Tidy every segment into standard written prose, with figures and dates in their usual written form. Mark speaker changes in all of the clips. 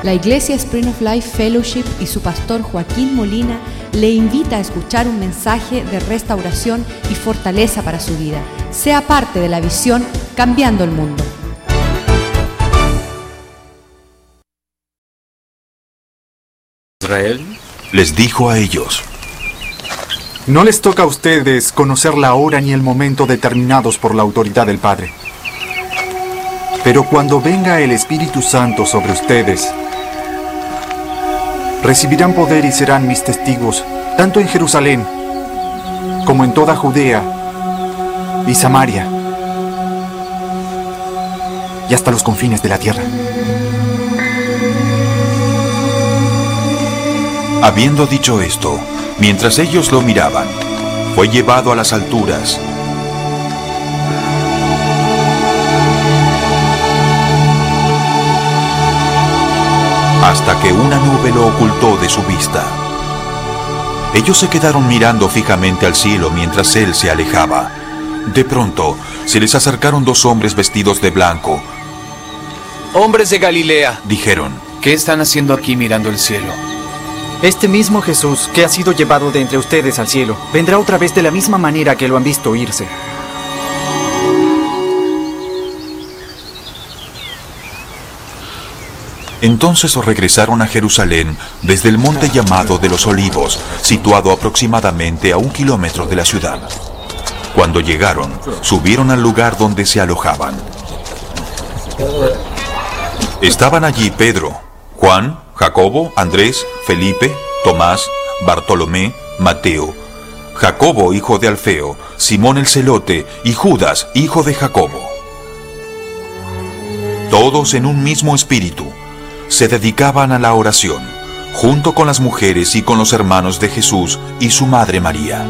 Speaker 1: La Iglesia Spring of Life Fellowship y su pastor Joaquín Molina le invita a escuchar un mensaje de restauración y fortaleza para su vida. Sea parte de la visión Cambiando el Mundo.
Speaker 2: Israel les dijo a ellos:
Speaker 3: no les toca a ustedes conocer la hora ni el momento determinados por la autoridad del Padre. Pero cuando venga el Espíritu Santo sobre ustedes, recibirán poder y serán mis testigos, tanto en Jerusalén como en toda Judea y Samaria y hasta los confines de la tierra.
Speaker 2: Habiendo dicho esto, mientras ellos lo miraban, fue llevado a las alturas. Hasta que una nube lo ocultó de su vista. Ellos se quedaron mirando fijamente al cielo mientras él se alejaba. De pronto, se les acercaron dos hombres vestidos de blanco.
Speaker 4: «Hombres de Galilea»,
Speaker 2: dijeron,
Speaker 4: «¿qué están haciendo aquí mirando el cielo?»
Speaker 5: Este mismo Jesús, que ha sido llevado de entre ustedes al cielo, vendrá otra vez de la misma manera que lo han visto irse.
Speaker 2: Entonces regresaron a Jerusalén desde el monte llamado de los Olivos, situado aproximadamente a 1 kilómetro de la ciudad. Cuando llegaron, subieron al lugar donde se alojaban. Estaban allí Pedro, Juan, Jacobo, Andrés, Felipe, Tomás, Bartolomé, Mateo, Jacobo, hijo de Alfeo, Simón el Celote y Judas, hijo de Jacobo. Todos en un mismo espíritu se dedicaban a la oración, junto con las mujeres y con los hermanos de Jesús y su madre María.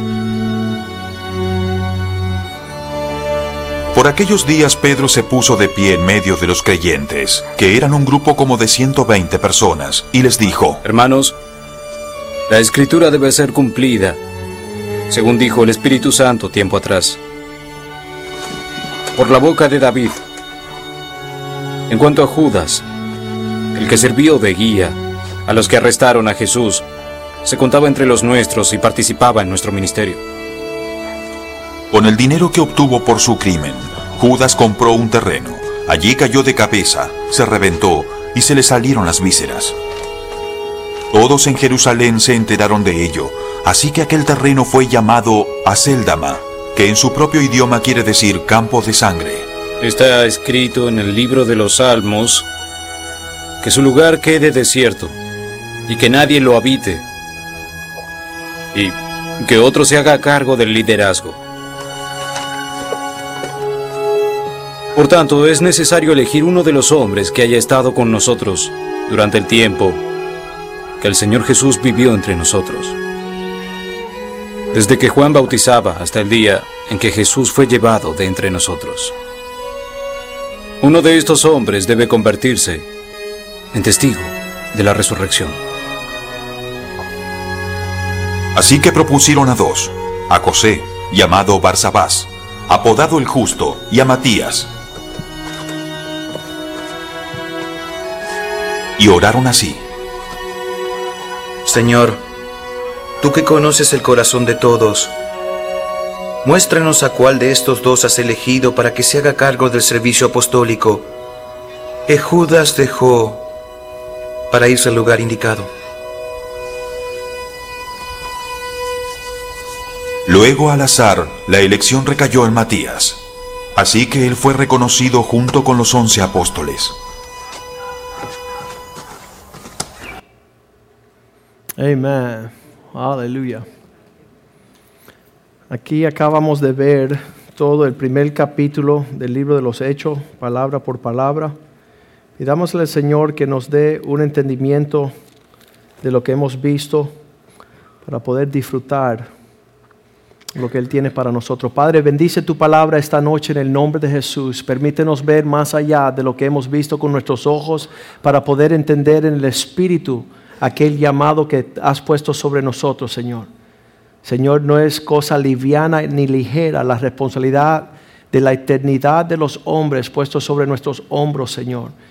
Speaker 2: Por aquellos días Pedro se puso de pie en medio de los creyentes, que eran un grupo como de 120 personas, y les dijo:
Speaker 6: Hermanos, la Escritura debe ser cumplida, según dijo el Espíritu Santo tiempo atrás, por la boca de David. En cuanto a Judas, el que sirvió de guía a los que arrestaron a Jesús, se contaba entre los nuestros y participaba en nuestro ministerio.
Speaker 2: Con el dinero que obtuvo por su crimen, Judas compró un terreno. Allí cayó de cabeza, se reventó y se le salieron las vísceras. Todos en Jerusalén se enteraron de ello, así que aquel terreno fue llamado Acéldama, que en su propio idioma quiere decir campo de sangre.
Speaker 6: Está escrito en el libro de los Salmos que su lugar quede desierto y que nadie lo habite y que otro se haga cargo del liderazgo. Por tanto, es necesario elegir uno de los hombres que haya estado con nosotros durante el tiempo que el Señor Jesús vivió entre nosotros, desde que Juan bautizaba hasta el día en que Jesús fue llevado de entre nosotros. Uno de estos hombres debe convertirse en testigo de la resurrección.
Speaker 2: Así que propusieron a dos, a José, llamado Barsabás, apodado el Justo, y a Matías. Y oraron así:
Speaker 7: Señor, tú que conoces el corazón de todos, muéstranos a cuál de estos dos has elegido para que se haga cargo del servicio apostólico que Judas dejó para irse al lugar indicado.
Speaker 2: Luego, al azar, la elección recayó en Matías. Así que él fue reconocido junto con los 11 apóstoles.
Speaker 8: Amén. Aleluya. Aquí acabamos de ver todo el primer capítulo del libro de los Hechos, palabra por palabra. Pidámosle al Señor que nos dé un entendimiento de lo que hemos visto para poder disfrutar lo que Él tiene para nosotros. Padre, bendice tu palabra esta noche en el nombre de Jesús. Permítenos ver más allá de lo que hemos visto con nuestros ojos para poder entender en el Espíritu aquel llamado que has puesto sobre nosotros, Señor. Señor, no es cosa liviana ni ligera la responsabilidad de la eternidad de los hombres puestos sobre nuestros hombros, Señor.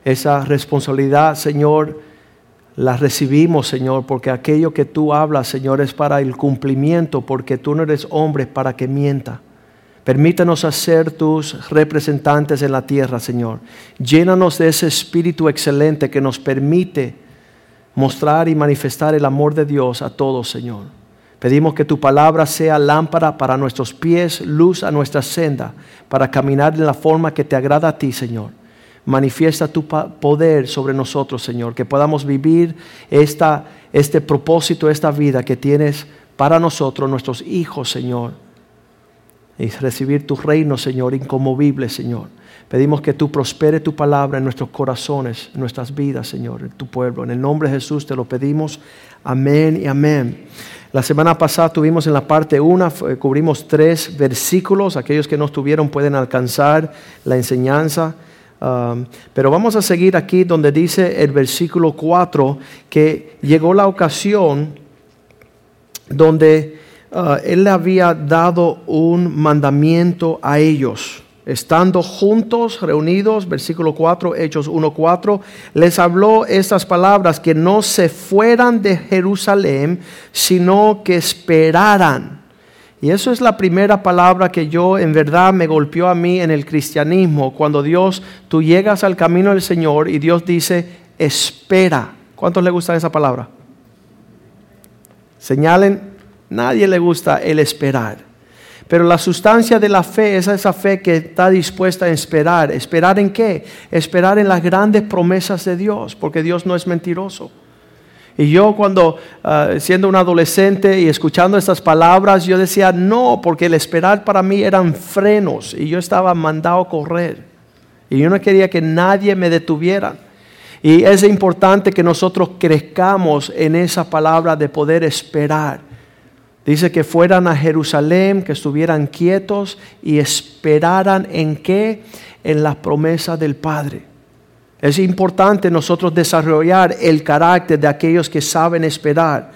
Speaker 8: Esa responsabilidad, Señor, la recibimos, Señor, porque aquello que tú hablas, Señor, es para el cumplimiento, porque tú no eres hombre para que mienta. Permítanos ser tus representantes en la tierra, Señor. Llénanos de ese espíritu excelente que nos permite mostrar y manifestar el amor de Dios a todos, Señor. Pedimos que tu palabra sea lámpara para nuestros pies, luz a nuestra senda, para caminar en la forma que te agrada a ti, Señor. Manifiesta tu poder sobre nosotros, Señor, que podamos vivir este propósito, esta vida que tienes para nosotros, nuestros hijos, Señor, y recibir tu reino, Señor, inconmovible, Señor. Pedimos que tú prospere tu palabra en nuestros corazones, en nuestras vidas, Señor, en tu pueblo. En el nombre de Jesús te lo pedimos. Amén y amén. La semana pasada tuvimos en la parte 1, cubrimos 3 versículos. Aquellos que no estuvieron pueden alcanzar la enseñanza. Pero vamos a seguir aquí donde dice el versículo 4 que llegó la ocasión donde Él le había dado un mandamiento a ellos. Estando juntos, reunidos, versículo 4, Hechos 1:4, les habló estas palabras, que no se fueran de Jerusalén, sino que esperaran. Y eso es la primera palabra que yo en verdad me golpeó a mí en el cristianismo. Cuando tú llegas al camino del Señor y Dios dice, espera. ¿Cuántos le gusta esa palabra? Señalen, nadie le gusta el esperar. Pero la sustancia de la fe es esa fe que está dispuesta a esperar. ¿Esperar en qué? Esperar en las grandes promesas de Dios, porque Dios no es mentiroso. Y yo cuando siendo un adolescente y escuchando estas palabras, yo decía no, porque el esperar para mí eran frenos y yo estaba mandado a correr. Y yo no quería que nadie me detuviera. Y es importante que nosotros crezcamos en esa palabra de poder esperar. Dice que fueran a Jerusalén, que estuvieran quietos y esperaran ¿en qué? En las promesas del Padre. Es importante nosotros desarrollar el carácter de aquellos que saben esperar.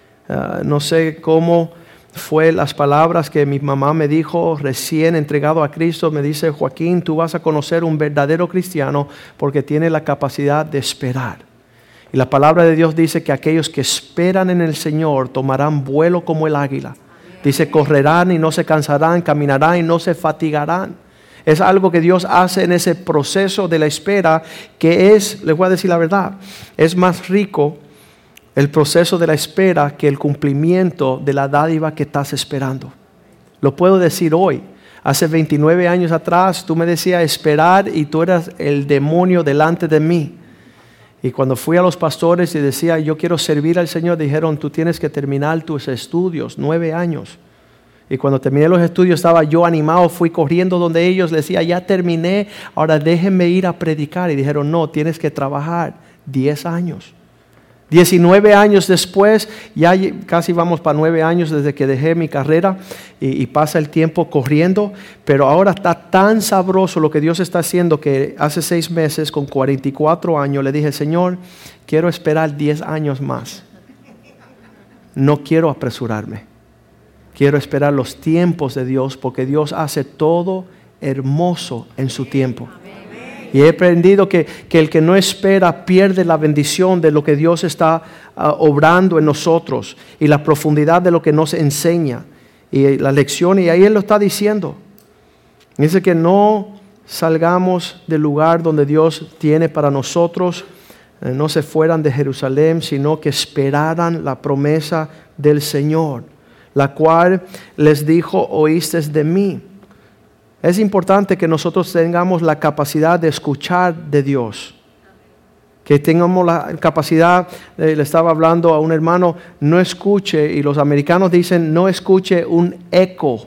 Speaker 8: No sé cómo fue las palabras que mi mamá me dijo recién entregado a Cristo. Me dice, Joaquín, tú vas a conocer un verdadero cristiano porque tiene la capacidad de esperar. Y la palabra de Dios dice que aquellos que esperan en el Señor tomarán vuelo como el águila. Dice, correrán y no se cansarán, caminarán y no se fatigarán. Es algo que Dios hace en ese proceso de la espera que es, les voy a decir la verdad, es más rico el proceso de la espera que el cumplimiento de la dádiva que estás esperando. Lo puedo decir hoy. Hace 29 años atrás tú me decías esperar y tú eras el demonio delante de mí. Y cuando fui a los pastores y decía, yo quiero servir al Señor, dijeron, tú tienes que terminar tus estudios, 9 años. Y cuando terminé los estudios estaba yo animado, fui corriendo donde ellos, les decía, ya terminé, ahora déjenme ir a predicar. Y dijeron, no, tienes que trabajar 10 años. 19 años después, ya casi vamos para 9 años desde que dejé mi carrera y pasa el tiempo corriendo, pero ahora está tan sabroso lo que Dios está haciendo que hace 6 meses, con 44 años, le dije, Señor, quiero esperar 10 años más. No quiero apresurarme. Quiero esperar los tiempos de Dios porque Dios hace todo hermoso en su tiempo. Y he aprendido que el que no espera pierde la bendición de lo que Dios está obrando en nosotros y la profundidad de lo que nos enseña y la lección. Y ahí Él lo está diciendo. Dice que no salgamos del lugar donde Dios tiene para nosotros, no se fueran de Jerusalén, sino que esperaran la promesa del Señor, la cual les dijo, oísteis de mí. Es importante que nosotros tengamos la capacidad de escuchar de Dios. Que tengamos la capacidad, le estaba hablando a un hermano, no escuche, y los americanos dicen, no escuche un eco.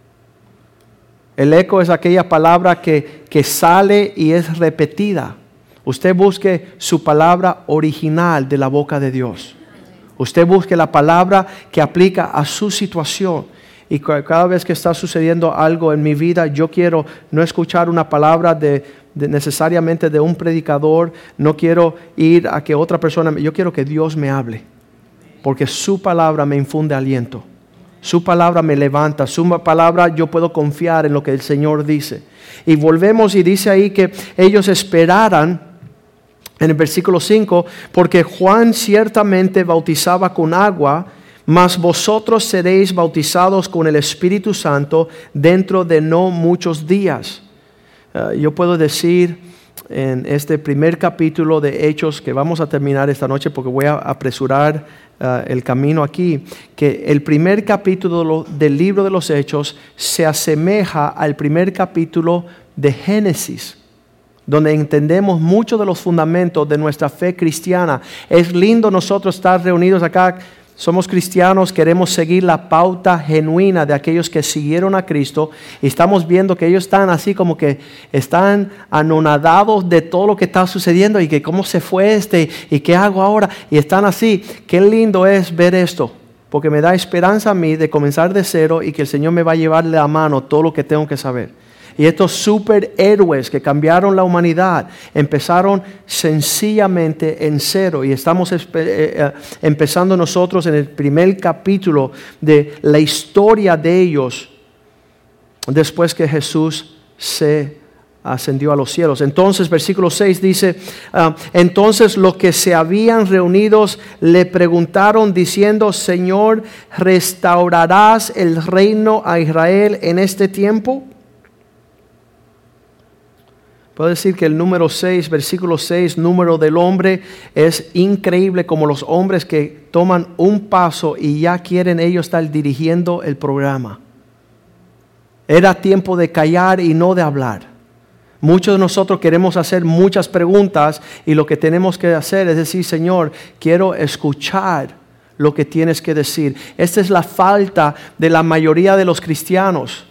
Speaker 8: El eco es aquella palabra que sale y es repetida. Usted busque su palabra original de la boca de Dios. Usted busque la palabra que aplica a su situación. Y cada vez que está sucediendo algo en mi vida, yo quiero no escuchar una palabra necesariamente de un predicador. No quiero ir a que otra persona, yo quiero que Dios me hable. Porque su palabra me infunde aliento. Su palabra me levanta. Su palabra yo puedo confiar en lo que el Señor dice. Y volvemos y dice ahí que ellos esperaran en el versículo 5, porque Juan ciertamente bautizaba con agua, mas vosotros seréis bautizados con el Espíritu Santo dentro de no muchos días. Yo puedo decir en este primer capítulo de Hechos, que vamos a terminar esta noche porque voy a apresurar el camino aquí, que el primer capítulo del libro de los Hechos se asemeja al primer capítulo de Génesis, donde entendemos mucho de los fundamentos de nuestra fe cristiana. Es lindo nosotros estar reunidos acá. Somos cristianos, queremos seguir la pauta genuina de aquellos que siguieron a Cristo y estamos viendo que ellos están así como que están anonadados de todo lo que está sucediendo y que cómo se fue y qué hago ahora, y están así. Qué lindo es ver esto, porque me da esperanza a mí de comenzar de cero y que el Señor me va a llevar de la mano todo lo que tengo que saber. Y estos superhéroes que cambiaron la humanidad empezaron sencillamente en cero. Y estamos empezando nosotros en el primer capítulo de la historia de ellos después que Jesús se ascendió a los cielos. Entonces, versículo 6 dice, entonces los que se habían reunidos le preguntaron diciendo, Señor, ¿restaurarás el reino a Israel en este tiempo? Puedo decir que el número 6, versículo 6, número del hombre, es increíble como los hombres que toman un paso y ya quieren ellos estar dirigiendo el programa. Era tiempo de callar y no de hablar. Muchos de nosotros queremos hacer muchas preguntas y lo que tenemos que hacer es decir, Señor, quiero escuchar lo que tienes que decir. Esta es la falta de la mayoría de los cristianos.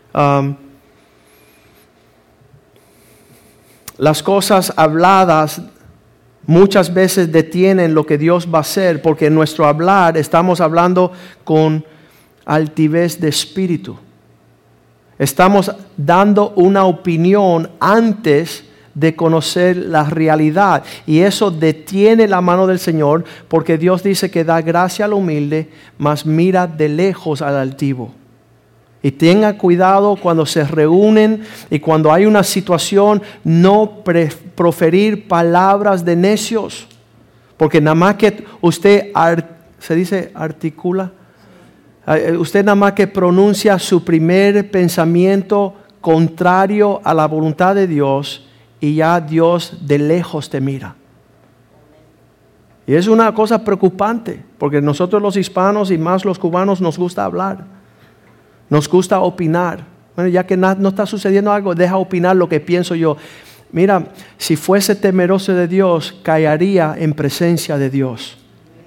Speaker 8: Las cosas habladas muchas veces detienen lo que Dios va a hacer, porque en nuestro hablar estamos hablando con altivez de espíritu. Estamos dando una opinión antes de conocer la realidad, y eso detiene la mano del Señor, porque Dios dice que da gracia al humilde, mas mira de lejos al altivo. Y tenga cuidado cuando se reúnen y cuando hay una situación, no proferir palabras de necios. Porque nada más que usted, se dice articula, usted nada más que pronuncia su primer pensamiento contrario a la voluntad de Dios y ya Dios de lejos te mira. Y es una cosa preocupante, porque nosotros los hispanos y más los cubanos nos gusta hablar. Nos gusta opinar. Bueno, ya que no está sucediendo algo, deja opinar lo que pienso yo. Mira, si fuese temeroso de Dios, callaría en presencia de Dios.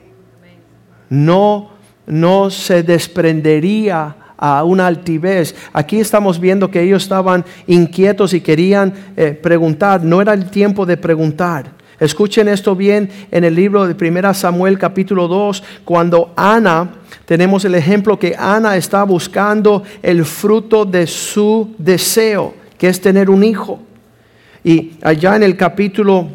Speaker 8: No se desprendería a una altivez. Aquí estamos viendo que ellos estaban inquietos y querían preguntar. No era el tiempo de preguntar. Escuchen esto bien en el libro de 1 Samuel capítulo 2, cuando Ana, tenemos el ejemplo que Ana está buscando el fruto de su deseo, que es tener un hijo. Y allá en el capítulo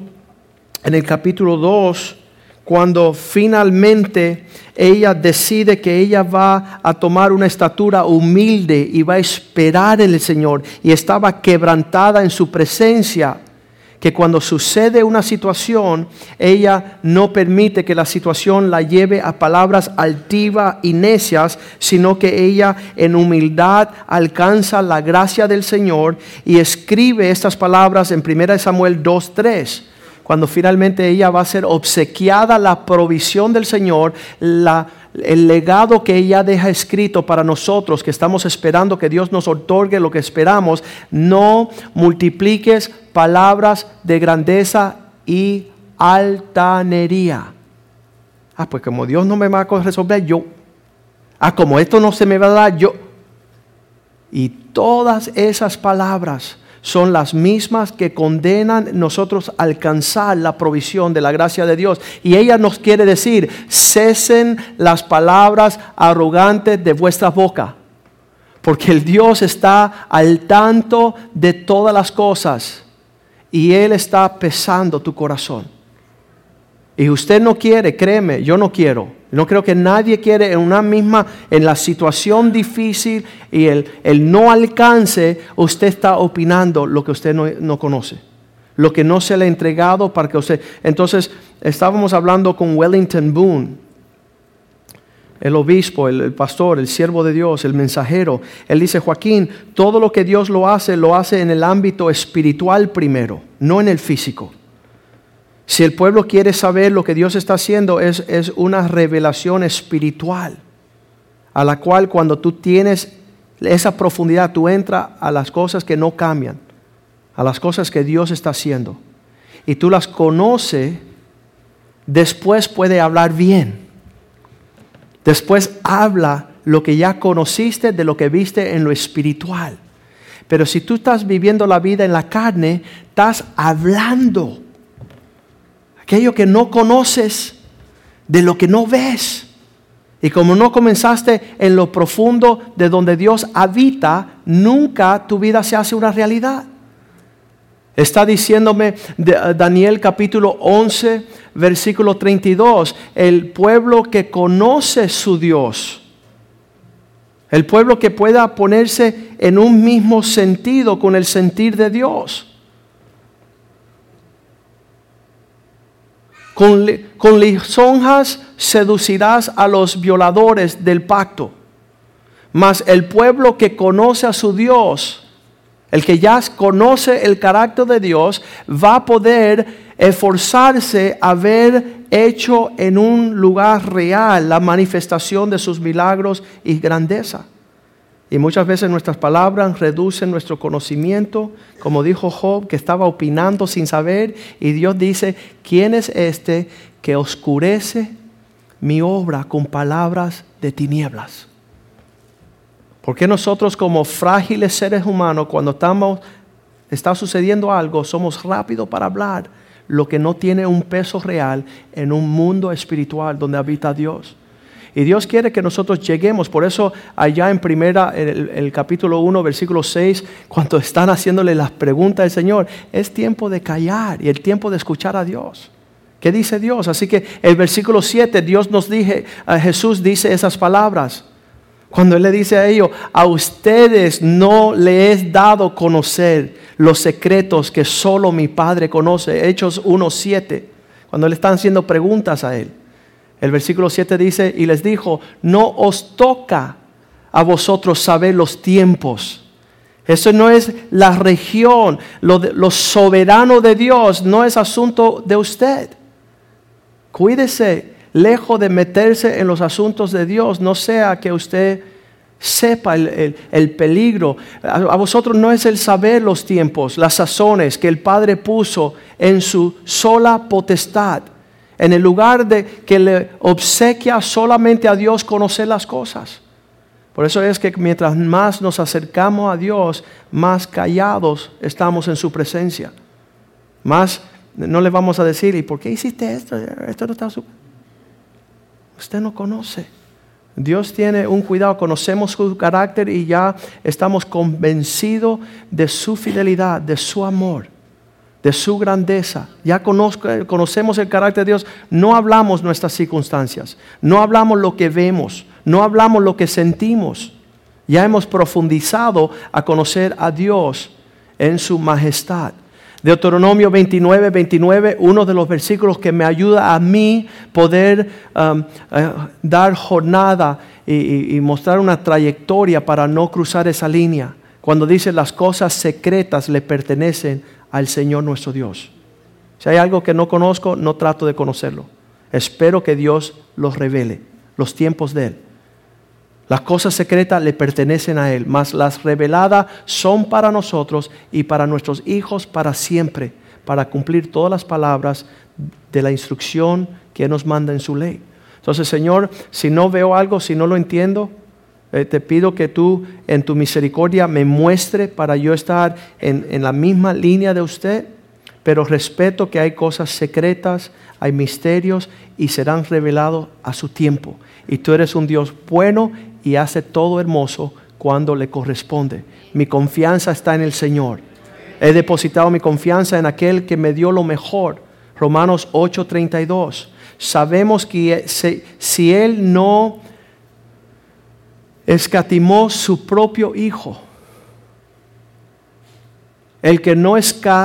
Speaker 8: 2, cuando finalmente ella decide que ella va a tomar una estatura humilde y va a esperar en el Señor, y estaba quebrantada en su presencia, que cuando sucede una situación, ella no permite que la situación la lleve a palabras altivas y necias, sino que ella en humildad alcanza la gracia del Señor y escribe estas palabras en 1 Samuel 2:3. Cuando finalmente ella va a ser obsequiada la provisión del Señor, el legado que ella deja escrito para nosotros que estamos esperando que Dios nos otorgue lo que esperamos. No multipliques palabras de grandeza y altanería. Pues como Dios no me va a resolver, yo. Como esto no se me va a dar, yo. Y todas esas palabras son las mismas que condenan nosotros a alcanzar la provisión de la gracia de Dios. Y ella nos quiere decir, cesen las palabras arrogantes de vuestra boca, porque el Dios está al tanto de todas las cosas y Él está pesando tu corazón. Y usted no quiere, créeme, yo no quiero. No creo que nadie quiere en la situación difícil y el no alcance, usted está opinando lo que usted no conoce. lo que no se le ha entregado para que usted... Entonces, estábamos hablando con Wellington Boone, el obispo, el pastor, el siervo de Dios, el mensajero. Él dice, Joaquín, todo lo que Dios lo hace en el ámbito espiritual primero, no en el físico. Si el pueblo quiere saber lo que Dios está haciendo, es una revelación espiritual, a la cual cuando tú tienes esa profundidad, tú entras a las cosas que no cambian, a las cosas que Dios está haciendo, y tú las conoces, después puede hablar bien. Después habla lo que ya conociste de lo que viste en lo espiritual. Pero si tú estás viviendo la vida en la carne, estás hablando aquello que no conoces, de lo que no ves. Y como no comenzaste en lo profundo de donde Dios habita, nunca tu vida se hace una realidad. Está diciéndome Daniel capítulo 11, versículo 32, el pueblo que conoce su Dios, el pueblo que pueda ponerse en un mismo sentido con el sentir de Dios. Con lisonjas seducirás a los violadores del pacto, mas el pueblo que conoce a su Dios, el que ya conoce el carácter de Dios, va a poder esforzarse a ver hecho en un lugar real la manifestación de sus milagros y grandeza. Y muchas veces nuestras palabras reducen nuestro conocimiento, como dijo Job, que estaba opinando sin saber, y Dios dice, ¿quién es este que oscurece mi obra con palabras de tinieblas? ¿Por qué nosotros como frágiles seres humanos, cuando está sucediendo algo, somos rápidos para hablar lo que no tiene un peso real en un mundo espiritual donde habita Dios? Y Dios quiere que nosotros lleguemos. Por eso allá en el capítulo 1, versículo 6, cuando están haciéndole las preguntas al Señor, es tiempo de callar y el tiempo de escuchar a Dios. ¿Qué dice Dios? Así que el versículo 7, Jesús dice esas palabras. Cuando Él le dice a ellos, a ustedes no les he dado conocer los secretos que solo mi Padre conoce. Hechos 1:7, cuando le están haciendo preguntas a Él. El versículo 7 dice, y les dijo, no os toca a vosotros saber los tiempos. Eso no es la región, lo soberano de Dios no es asunto de usted. Cuídese, lejos de meterse en los asuntos de Dios, no sea que usted sepa el peligro. A vosotros no es el saber los tiempos, las sazones que el Padre puso en su sola potestad, en el lugar de que le obsequia solamente a Dios conocer las cosas. Por eso es que mientras más nos acercamos a Dios, más callados estamos en su presencia. Más no le vamos a decir, ¿y por qué hiciste esto? Esto no está Usted no conoce. Dios tiene un cuidado, conocemos su carácter y ya estamos convencidos de su fidelidad, de su amor, de su grandeza. Ya conocemos el carácter de Dios. No hablamos nuestras circunstancias, no hablamos lo que vemos, no hablamos lo que sentimos. Ya hemos profundizado a conocer a Dios en su majestad. Deuteronomio 29, uno de los versículos que me ayuda a mí poder dar jornada y mostrar una trayectoria para no cruzar esa línea. Cuando dice las cosas secretas le pertenecen al Señor nuestro Dios. Si hay algo que no conozco, no trato de conocerlo. Espero que Dios los revele, los tiempos de Él. Las cosas secretas le pertenecen a Él, mas las reveladas son para nosotros y para nuestros hijos para siempre, para cumplir todas las palabras de la instrucción que Él nos manda en su ley. Entonces, Señor, si no veo algo, si no lo entiendo, te pido que tú en tu misericordia me muestre para yo estar en la misma línea de usted, pero respeto que hay cosas secretas, hay misterios y serán revelados a su tiempo. Y tú eres un Dios bueno y hace todo hermoso cuando le corresponde. Mi confianza está en el Señor. He depositado mi confianza en aquel que me dio lo mejor. Romanos 8:32. Sabemos que si Él no escatimó su propio Hijo, el que no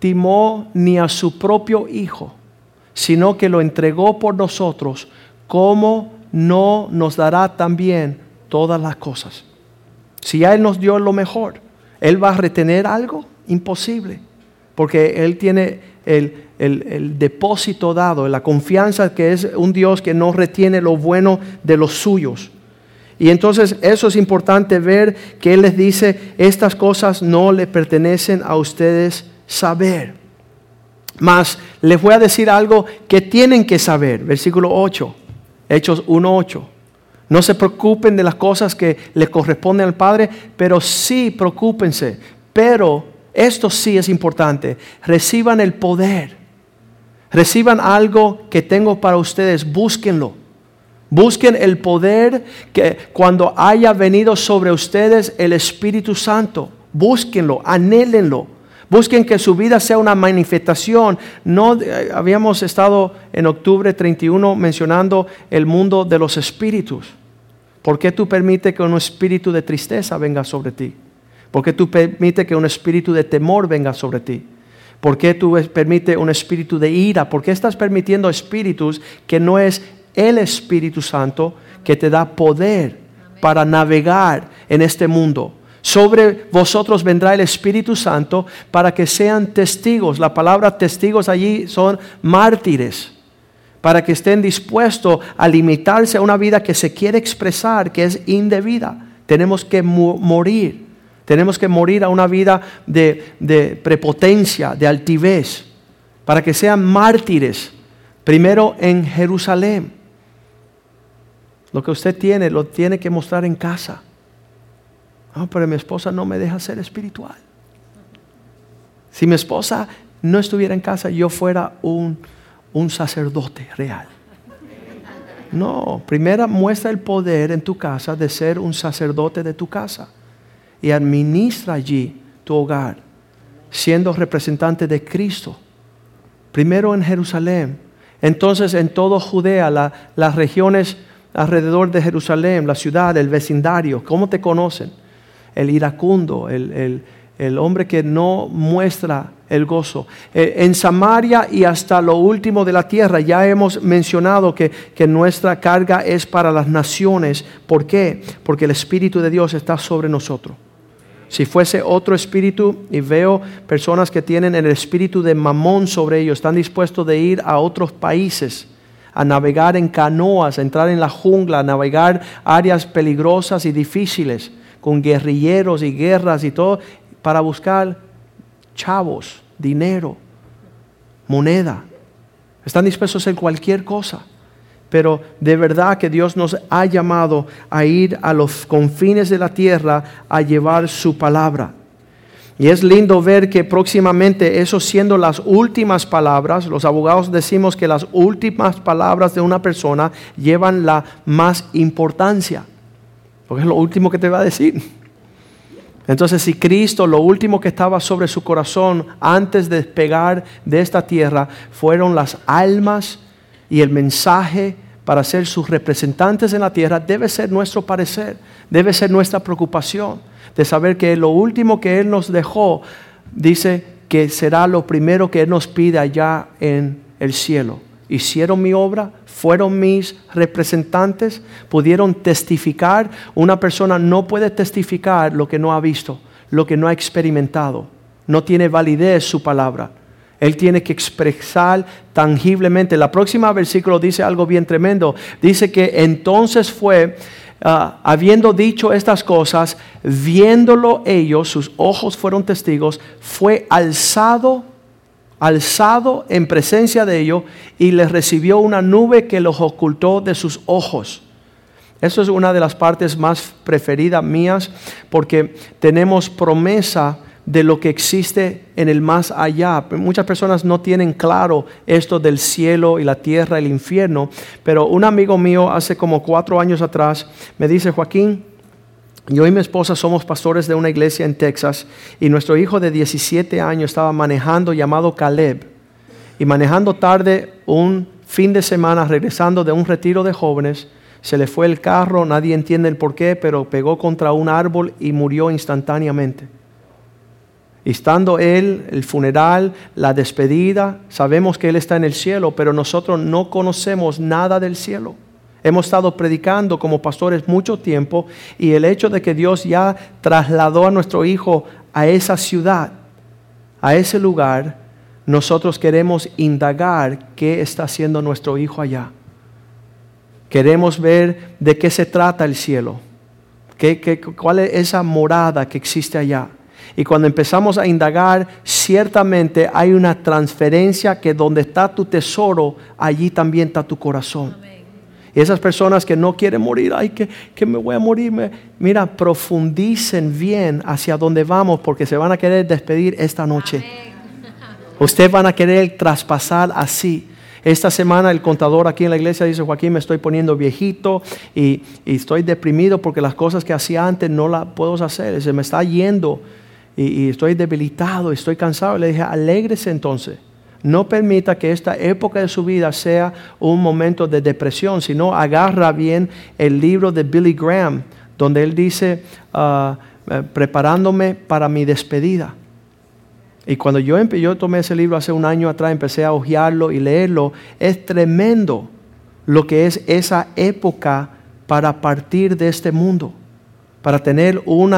Speaker 8: escatimó ni a su propio Hijo, sino que lo entregó por nosotros, ¿cómo no nos dará también todas las cosas? Si ya Él nos dio lo mejor, ¿Él va a retener algo? Imposible, porque Él tiene el depósito dado, la confianza que es un Dios que no retiene lo bueno de los suyos. Y entonces eso es importante ver que Él les dice, estas cosas no le pertenecen a ustedes saber. Mas les voy a decir algo que tienen que saber. Versículo 8, Hechos 1:8. No se preocupen de las cosas que les corresponden al Padre, pero sí preocúpense. Pero esto sí es importante. Reciban el poder. Reciban algo que tengo para ustedes. Búsquenlo. Busquen el poder que cuando haya venido sobre ustedes el Espíritu Santo. Búsquenlo, anhélenlo. Busquen que su vida sea una manifestación. No habíamos estado en octubre 31 mencionando el mundo de los espíritus. ¿Por qué tú permites que un espíritu de tristeza venga sobre ti? ¿Por qué tú permites que un espíritu de temor venga sobre ti? ¿Por qué tú permites un espíritu de ira? ¿Por qué estás permitiendo espíritus que no es el Espíritu Santo que te da poder para navegar en este mundo? Sobre vosotros vendrá el Espíritu Santo para que sean testigos. La palabra testigos allí son mártires. Para que estén dispuestos a limitarse a una vida que se quiere expresar, que es indebida. Tenemos que morir. Tenemos que morir a una vida de prepotencia, de altivez. Para que sean mártires. Primero en Jerusalén. Lo que usted tiene, lo tiene que mostrar en casa. No, pero mi esposa no me deja ser espiritual. Si mi esposa no estuviera en casa, yo fuera un sacerdote real. No, primero muestra el poder en tu casa de ser un sacerdote de tu casa. Y administra allí tu hogar, siendo representante de Cristo. Primero en Jerusalén. Entonces en toda Judea, las regiones alrededor de Jerusalén, la ciudad, el vecindario, ¿cómo te conocen? El iracundo, el hombre que no muestra el gozo. En Samaria y hasta lo último de la tierra, ya hemos mencionado que nuestra carga es para las naciones. ¿Por qué? Porque el Espíritu de Dios está sobre nosotros. Si fuese otro espíritu, y veo personas que tienen el espíritu de Mamón sobre ellos, están dispuestos de ir a otros países, a navegar en canoas, a entrar en la jungla, a navegar áreas peligrosas y difíciles, con guerrilleros y guerras y todo, para buscar chavos, dinero, moneda. Están dispuestos a hacer cualquier cosa. Pero de verdad que Dios nos ha llamado a ir a los confines de la tierra a llevar su palabra. Y es lindo ver que próximamente, eso siendo las últimas palabras, los abogados decimos que las últimas palabras de una persona llevan la más importancia. Porque es lo último que te va a decir. Entonces, si Cristo, lo último que estaba sobre su corazón antes de despegar de esta tierra, fueron las almas y el mensaje para ser sus representantes en la tierra, debe ser nuestro parecer, debe ser nuestra preocupación de saber que lo último que Él nos dejó, dice que será lo primero que Él nos pide allá en el cielo. Hicieron mi obra, fueron mis representantes, pudieron testificar. Una persona no puede testificar lo que no ha visto, lo que no ha experimentado. No tiene validez su palabra. Él tiene que expresar tangiblemente. La próxima versículo dice algo bien tremendo. Dice que entonces fue, habiendo dicho estas cosas, viéndolo ellos, sus ojos fueron testigos, fue alzado en presencia de ellos y les recibió una nube que los ocultó de sus ojos. Eso es una de las partes más preferidas mías porque tenemos promesa de lo que existe en el más allá. Muchas personas no tienen claro esto del cielo y la tierra, el infierno, pero un amigo mío hace como 4 años atrás me dice: Joaquín, yo y mi esposa somos pastores de una iglesia en Texas y nuestro hijo de 17 años estaba manejando, llamado Caleb, y manejando tarde un fin de semana, regresando de un retiro de jóvenes, se le fue el carro, nadie entiende el por qué, pero pegó contra un árbol y murió instantáneamente. Y estando Él, el funeral, la despedida, sabemos que Él está en el cielo, pero nosotros no conocemos nada del cielo. Hemos estado predicando como pastores mucho tiempo y el hecho de que Dios ya trasladó a nuestro hijo a esa ciudad, a ese lugar, nosotros queremos indagar qué está haciendo nuestro hijo allá. Queremos ver de qué se trata el cielo, cuál es esa morada que existe allá. Y cuando empezamos a indagar, ciertamente hay una transferencia que donde está tu tesoro, allí también está tu corazón. Amén. Y esas personas que no quieren morir, ay, que me voy a morir. Mira, profundicen bien hacia dónde vamos porque se van a querer despedir esta noche. Amén. Ustedes van a querer traspasar así. Esta semana el contador aquí en la iglesia dice: Joaquín, me estoy poniendo viejito y estoy deprimido porque las cosas que hacía antes no las puedo hacer. Se me está yendo. Y estoy debilitado, estoy cansado. Le dije: alégrese entonces. No permita que esta época de su vida sea un momento de depresión, sino agarra bien el libro de Billy Graham, donde él dice, preparándome para mi despedida. Y cuando yo tomé ese libro hace un año atrás, empecé a hojearlo y leerlo. Es tremendo lo que es esa época para partir de este mundo, para tener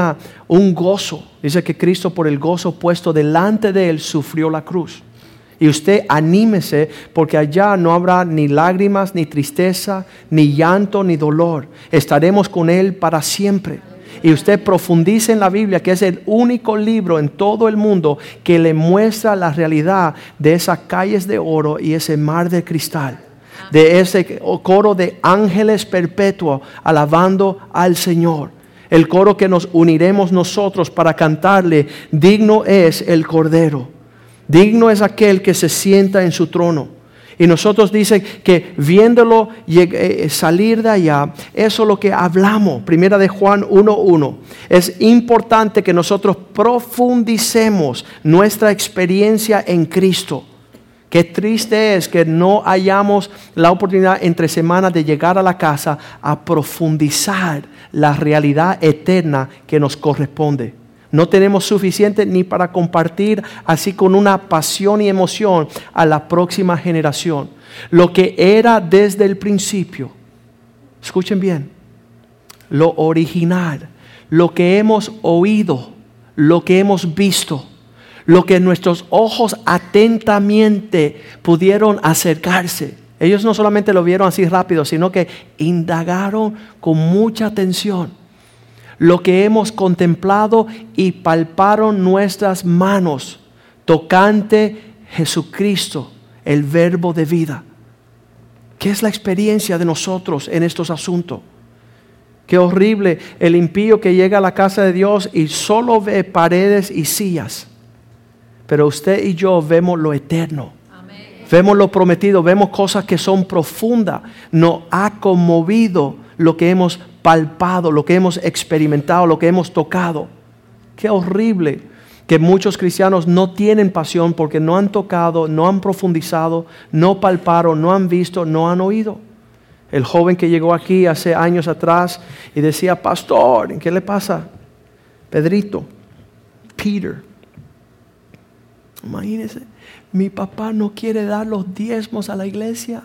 Speaker 8: un gozo. Dice que Cristo, por el gozo puesto delante de Él, sufrió la cruz. Y usted anímese, porque allá no habrá ni lágrimas, ni tristeza, ni llanto, ni dolor. Estaremos con Él para siempre. Y usted profundice en la Biblia, que es el único libro en todo el mundo que le muestra la realidad de esas calles de oro y ese mar de cristal, de ese coro de ángeles perpetuos alabando al Señor. El coro que nos uniremos nosotros para cantarle: digno es el Cordero, digno es aquel que se sienta en su trono. Y nosotros dice que viéndolo salir de allá, eso es lo que hablamos. Primera de Juan 1:1. Es importante que nosotros profundicemos nuestra experiencia en Cristo. Qué triste es que no hayamos la oportunidad entre semanas de llegar a la casa a profundizar la realidad eterna que nos corresponde. No tenemos suficiente ni para compartir así con una pasión y emoción a la próxima generación. Lo que era desde el principio, escuchen bien, lo original, lo que hemos oído, lo que hemos visto, lo que nuestros ojos atentamente pudieron acercarse. Ellos no solamente lo vieron así rápido, sino que indagaron con mucha atención. Lo que hemos contemplado y palparon nuestras manos tocante Jesucristo, el verbo de vida. ¿Qué es la experiencia de nosotros en estos asuntos? Qué horrible el impío que llega a la casa de Dios y solo ve paredes y sillas. Pero usted y yo vemos lo eterno. Amén. Vemos lo prometido, vemos cosas que son profundas. Nos ha conmovido lo que hemos palpado, lo que hemos experimentado, lo que hemos tocado. Qué horrible que muchos cristianos no tienen pasión porque no han tocado, no han profundizado, no palparon, no han visto, no han oído. El joven que llegó aquí hace años atrás y decía: pastor, ¿qué le pasa? Pedrito, Peter. Imagínense, mi papá no quiere dar los diezmos a la iglesia.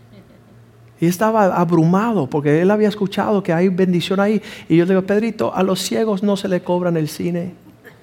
Speaker 8: Y estaba abrumado porque él había escuchado que hay bendición ahí. Y yo le digo: Pedrito, a los ciegos no se le cobran el cine.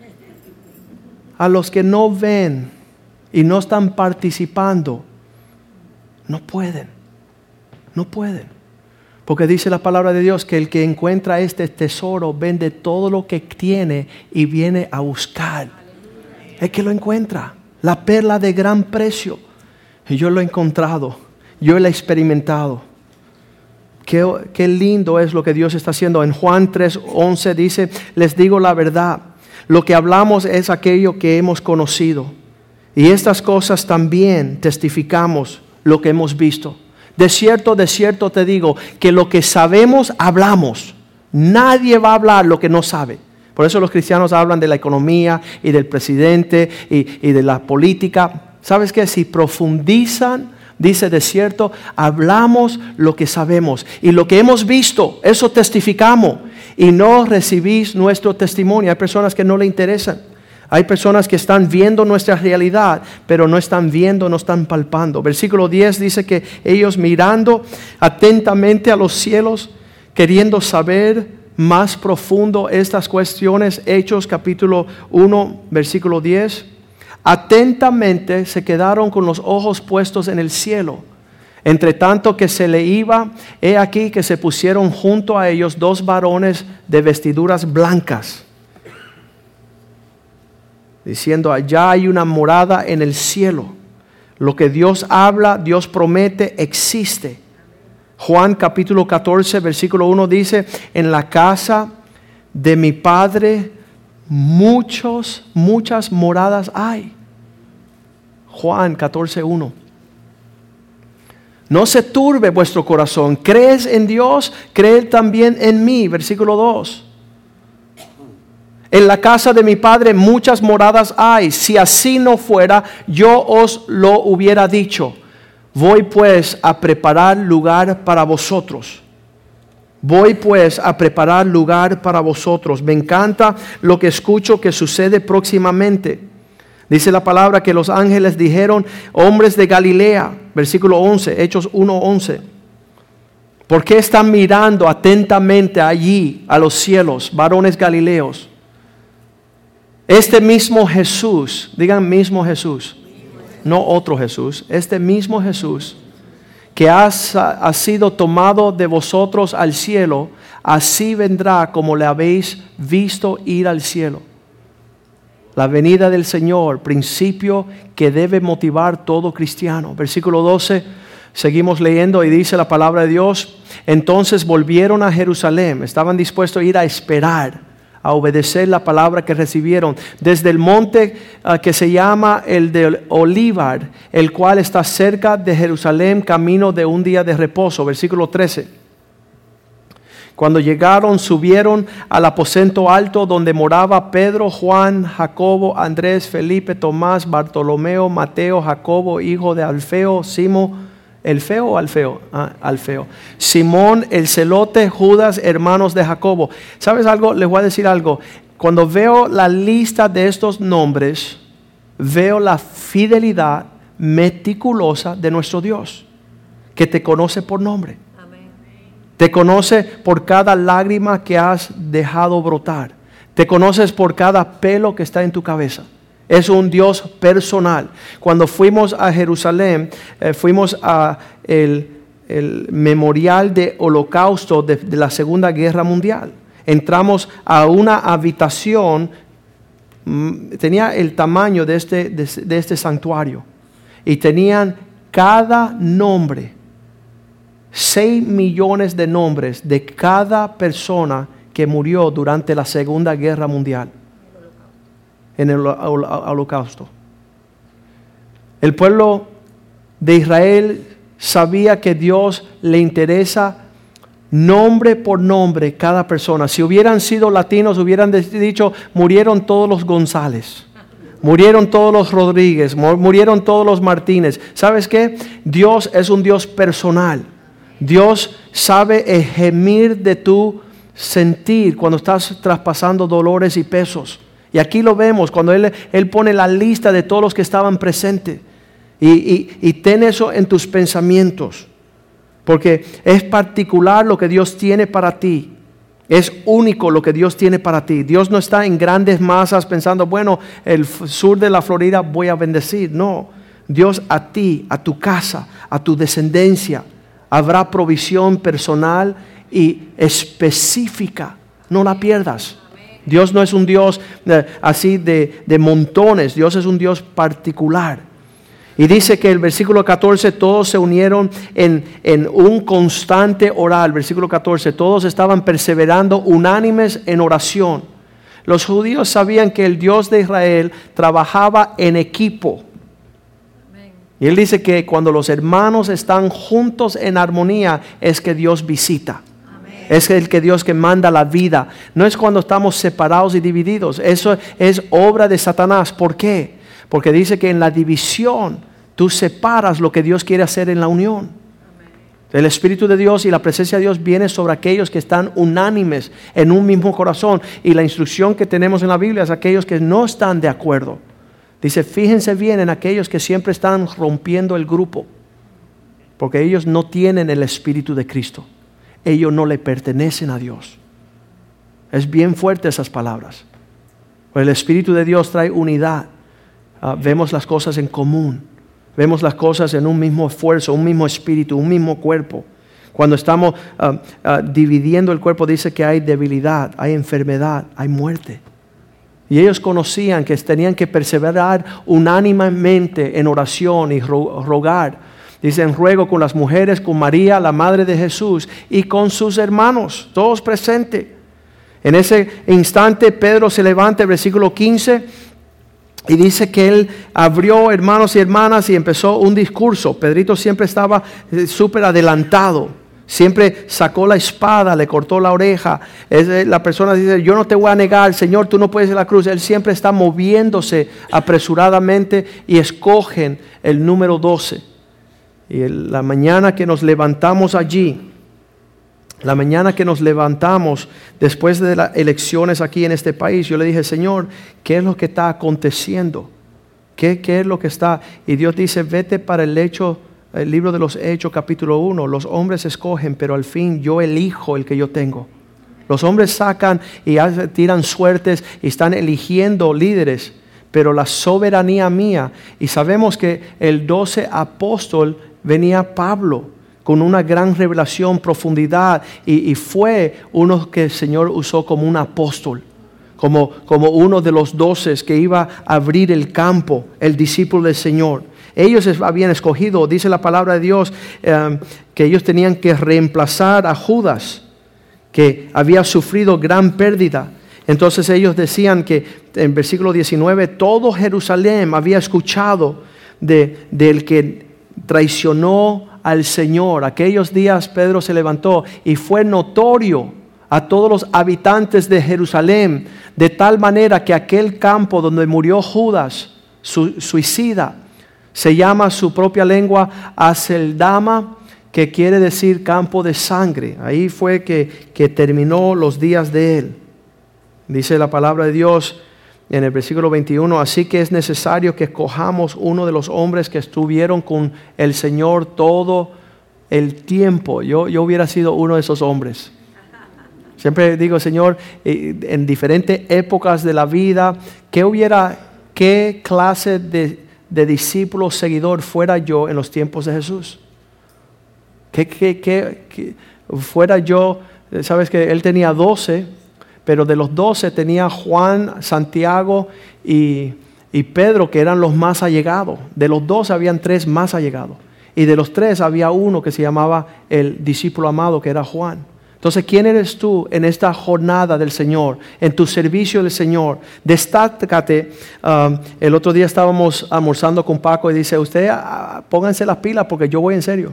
Speaker 8: A los que no ven y no están participando, no pueden. No pueden. Porque dice la palabra de Dios que el que encuentra este tesoro vende todo lo que tiene y viene a buscar. Es que lo encuentra, la perla de gran precio. Y yo lo he encontrado, yo lo he experimentado. Qué lindo es lo que Dios está haciendo. En Juan 3:11 dice: les digo la verdad, lo que hablamos es aquello que hemos conocido. Y estas cosas también testificamos lo que hemos visto. De cierto te digo, que lo que sabemos hablamos. Nadie va a hablar lo que no sabe. Por eso los cristianos hablan de la economía y del presidente y de la política. ¿Sabes qué? Si profundizan, dice: de cierto, hablamos lo que sabemos. Y lo que hemos visto, eso testificamos. Y no recibís nuestro testimonio. Hay personas que no le interesan. Hay personas que están viendo nuestra realidad, pero no están viendo, no están palpando. Versículo 10 dice que ellos mirando atentamente a los cielos, queriendo saber más profundo estas cuestiones. Hechos capítulo 1, versículo 10. Atentamente se quedaron con los ojos puestos en el cielo. Entre tanto que se le iba, he aquí que se pusieron junto a ellos 2 varones de vestiduras blancas, diciendo: allá hay una morada en el cielo. Lo que Dios habla, Dios promete, existe. Juan capítulo 14, versículo 1 dice: en la casa de mi Padre muchas moradas hay. Juan 14, 1. No se turbe vuestro corazón. ¿Crees en Dios? Creed también en mí. Versículo 2. En la casa de mi Padre muchas moradas hay. Si así no fuera, yo os lo hubiera dicho. Voy pues a preparar lugar para vosotros. Voy pues a preparar lugar para vosotros. Me encanta lo que escucho que sucede próximamente. Dice la palabra que los ángeles dijeron: hombres de Galilea, versículo 11, Hechos 1:11. ¿Por qué están mirando atentamente allí a los cielos, varones galileos? Este mismo Jesús, digan mismo Jesús, no otro Jesús, este mismo Jesús que ha sido tomado de vosotros al cielo, así vendrá como le habéis visto ir al cielo. La venida del Señor, principio que debe motivar todo cristiano. Versículo 12, seguimos leyendo y dice la palabra de Dios: entonces volvieron a Jerusalén, estaban dispuestos a ir a esperar, a obedecer la palabra que recibieron, desde el monte que se llama el de Olivar, el cual está cerca de Jerusalén, camino de un día de reposo. Versículo 13. Cuando llegaron, subieron al aposento alto donde moraba Pedro, Juan, Jacobo, Andrés, Felipe, Tomás, Bartolomeo, Mateo, Jacobo, hijo de Alfeo, Simón, Alfeo, Simón el celote, Judas, hermanos de Jacobo. ¿Sabes algo? Les voy a decir algo. Cuando veo la lista de estos nombres, veo la fidelidad meticulosa de nuestro Dios, que te conoce por nombre. Te conoce por cada lágrima que has dejado brotar. Te conoces por cada pelo que está en tu cabeza. Es un Dios personal. Cuando fuimos a Jerusalén, fuimos a el memorial de holocausto de la Segunda Guerra Mundial. Entramos a una habitación, tenía el tamaño de este santuario. Y tenían cada nombre, 6 millones de nombres de cada persona que murió durante la Segunda Guerra Mundial, en el holocausto. El pueblo de Israel sabía que Dios le interesa nombre por nombre cada persona. Si hubieran sido latinos, hubieran dicho: murieron todos los González, murieron todos los Rodríguez, murieron todos los Martínez. ¿Sabes qué? Dios es un Dios personal. Dios sabe gemir de tu sentir cuando estás traspasando dolores y pesos. Y aquí lo vemos cuando Él pone la lista de todos los que estaban presentes. Y ten eso en tus pensamientos. Porque es particular lo que Dios tiene para ti. Es único lo que Dios tiene para ti. Dios no está en grandes masas pensando: bueno, el sur de la Florida voy a bendecir. No, Dios a ti, a tu casa, a tu descendencia, habrá provisión personal y específica. No la pierdas. Dios no es un Dios así de montones. Dios es un Dios particular. Y dice que el versículo 14, todos se unieron en un constante orar. Versículo 14, todos estaban perseverando unánimes en oración. Los judíos sabían que el Dios de Israel trabajaba en equipo. Y Él dice que cuando los hermanos están juntos en armonía es que Dios visita. Amén. Es el que Dios que manda la vida. No es cuando estamos separados y divididos. Eso es obra de Satanás. ¿Por qué? Porque dice que en la división tú separas lo que Dios quiere hacer en la unión. Amén. El Espíritu de Dios y la presencia de Dios viene sobre aquellos que están unánimes en un mismo corazón. Y la instrucción que tenemos en la Biblia es aquellos que no están de acuerdo. Dice, fíjense bien en aquellos que siempre están rompiendo el grupo, porque ellos no tienen el Espíritu de Cristo. Ellos no le pertenecen a Dios. Es bien fuerte esas palabras. El Espíritu de Dios trae unidad. Vemos las cosas en común. Vemos las cosas en un mismo esfuerzo, un mismo espíritu, un mismo cuerpo. Cuando estamos dividiendo el cuerpo, dice que hay debilidad, hay enfermedad, hay muerte. Y ellos conocían que tenían que perseverar unánimemente en oración y rogar. Dicen, ruego con las mujeres, con María, la madre de Jesús, y con sus hermanos, todos presentes. En ese instante Pedro se levanta, versículo 15, y dice que él abrió, hermanos y hermanas, y empezó un discurso. Pedrito siempre estaba súper adelantado. Siempre sacó la espada, le cortó la oreja. La persona dice, yo no te voy a negar, Señor, tú no puedes ir a la cruz. Él siempre está moviéndose apresuradamente y escogen el número 12. Y la mañana que nos levantamos allí, la mañana que nos levantamos después de las elecciones aquí en este país, yo le dije, Señor, ¿qué es lo que está aconteciendo? ¿Qué es lo que está? Y Dios dice, vete para el libro de los Hechos, capítulo 1. Los hombres escogen, pero al fin yo elijo el que yo tengo. Los hombres sacan y tiran suertes y están eligiendo líderes, pero la soberanía mía. Y sabemos que el 12 apóstol venía Pablo, con una gran revelación, profundidad, y fue uno que el Señor usó como un apóstol, como uno de los 12 que iba a abrir el campo, el discípulo del Señor. Ellos habían escogido, dice la palabra de Dios, que ellos tenían que reemplazar a Judas, que había sufrido gran pérdida. Entonces ellos decían que en versículo 19, todo Jerusalén había escuchado del que traicionó al Señor. Aquellos días Pedro se levantó y fue notorio a todos los habitantes de Jerusalén, de tal manera que aquel campo donde murió Judas, suicida, se llama su propia lengua Aceldama, que quiere decir campo de sangre. Ahí fue que terminó los días de él. Dice la palabra de Dios en el versículo 21, así que es necesario que escojamos uno de los hombres que estuvieron con el Señor todo el tiempo. Yo hubiera sido uno de esos hombres. Siempre digo, Señor, en diferentes épocas de la vida, qué clase de discípulo, seguidor fuera yo en los tiempos de Jesús. Que fuera yo, sabes que él tenía 12, pero de los 12 tenía Juan, Santiago y Pedro, que eran los más allegados. De los 12 habían 3 más allegados. Y de los 3 había uno que se llamaba el discípulo amado, que era Juan. Entonces, ¿quién eres tú en esta jornada del Señor, en tu servicio del Señor? Destácate. El otro día estábamos almorzando con Paco y dice, usted pónganse las pilas porque yo voy en serio.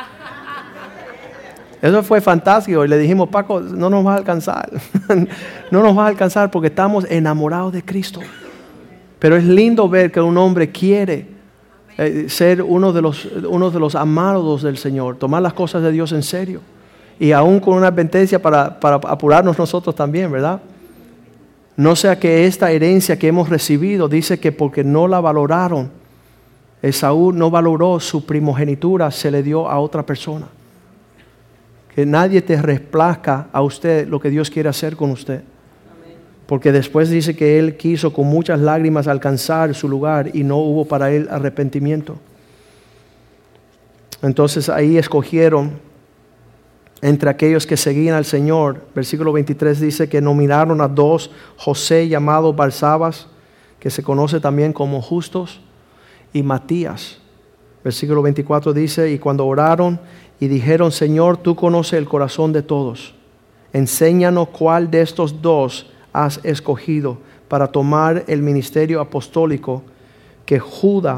Speaker 8: Eso fue fantástico y le dijimos, Paco, no nos va a alcanzar. No nos va a alcanzar porque estamos enamorados de Cristo. Pero es lindo ver que un hombre quiere ser uno de los amados del Señor, tomar las cosas de Dios en serio. Y aún con una advertencia para apurarnos nosotros también, ¿verdad? No sea que esta herencia que hemos recibido, dice que porque no la valoraron, Esaú no valoró su primogenitura, se le dio a otra persona. Que nadie te replazca a usted lo que Dios quiere hacer con usted. Porque después dice que él quiso con muchas lágrimas alcanzar su lugar y no hubo para él arrepentimiento. Entonces ahí escogieron entre aquellos que seguían al Señor. Versículo 23 dice que nominaron a 2, José llamado Barsabas, que se conoce también como Justos, y Matías. Versículo 24 dice, y cuando oraron y dijeron, Señor, tú conoces el corazón de todos. Enséñanos cuál de estos 2 has escogido para tomar el ministerio apostólico que Judas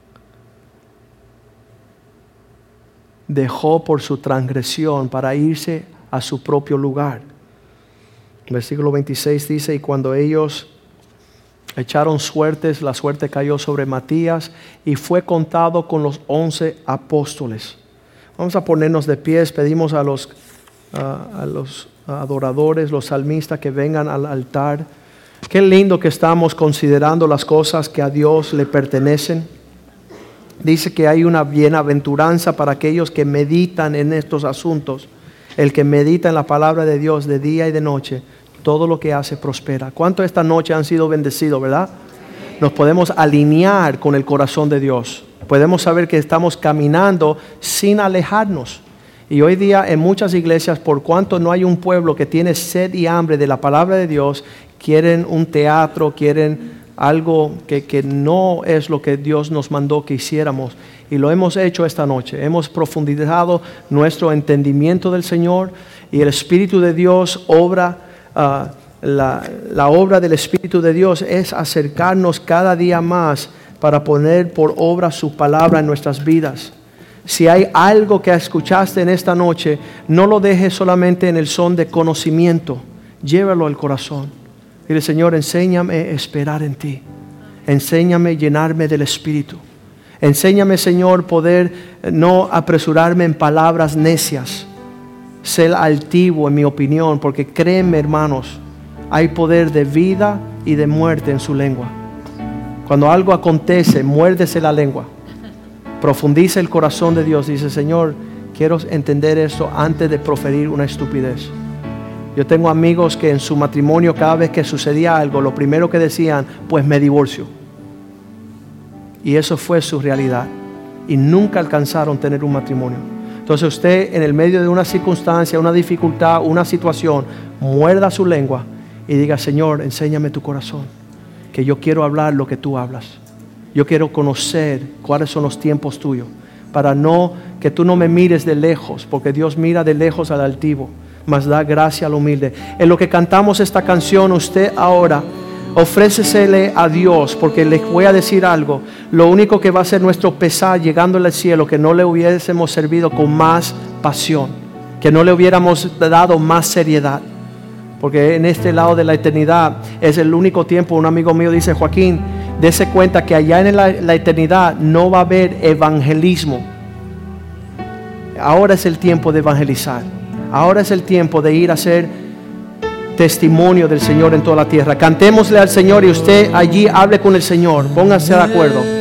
Speaker 8: dejó por su transgresión para irse a su propio lugar. Versículo 26 dice, y cuando ellos echaron suertes, la suerte cayó sobre Matías y fue contado con los 11 apóstoles. Vamos a ponernos de pies. Pedimos a los adoradores, los salmistas que vengan al altar. Qué lindo que estamos considerando las cosas que a Dios le pertenecen. Dice que hay una bienaventuranza para aquellos que meditan en estos asuntos. El que medita en la palabra de Dios de día y de noche, todo lo que hace prospera. ¿Cuántos esta noche han sido bendecidos, verdad? Nos podemos alinear con el corazón de Dios. Podemos saber que estamos caminando sin alejarnos. Y hoy día en muchas iglesias, por cuanto no hay un pueblo que tiene sed y hambre de la palabra de Dios, quieren un teatro, quieren algo que no es lo que Dios nos mandó que hiciéramos. Y lo hemos hecho esta noche. Hemos profundizado nuestro entendimiento del Señor y el Espíritu de Dios obra. La obra del Espíritu de Dios es acercarnos cada día más para poner por obra su palabra en nuestras vidas. Si hay algo que escuchaste en esta noche, no lo dejes solamente en el son de conocimiento. Llévalo al corazón. Dile, Señor, enséñame a esperar en ti. Enséñame a llenarme del Espíritu. Enséñame, Señor, poder no apresurarme en palabras necias. Ser altivo en mi opinión, porque créeme, hermanos, hay poder de vida y de muerte en su lengua. Cuando algo acontece, muérdese la lengua. Profundiza el corazón de Dios. Dice, Señor, quiero entender eso antes de proferir una estupidez. Yo tengo amigos que en su matrimonio, cada vez que sucedía algo, lo primero que decían, pues me divorcio. Y eso fue su realidad. Y nunca alcanzaron tener un matrimonio. Entonces usted, en el medio de una circunstancia, una dificultad, una situación, muerda su lengua y diga, Señor, enséñame tu corazón, que yo quiero hablar lo que tú hablas. Yo quiero conocer cuáles son los tiempos tuyos, para no que tú no me mires de lejos, porque Dios mira de lejos al altivo, mas da gracia al humilde. En lo que cantamos esta canción, usted ahora ofrécesele a Dios, porque les voy a decir algo. Lo único que va a ser nuestro pesar llegando al cielo, que no le hubiésemos servido con más pasión, que no le hubiéramos dado más seriedad, porque en este lado de la eternidad es el único tiempo. Un amigo mío dice, Joaquín, dése cuenta que allá en la eternidad no va a haber evangelismo. Ahora es el tiempo de evangelizar. Ahora es el tiempo de ir a hacer testimonio del Señor en toda la tierra. Cantémosle al Señor y usted allí hable con el Señor. Pónganse de acuerdo.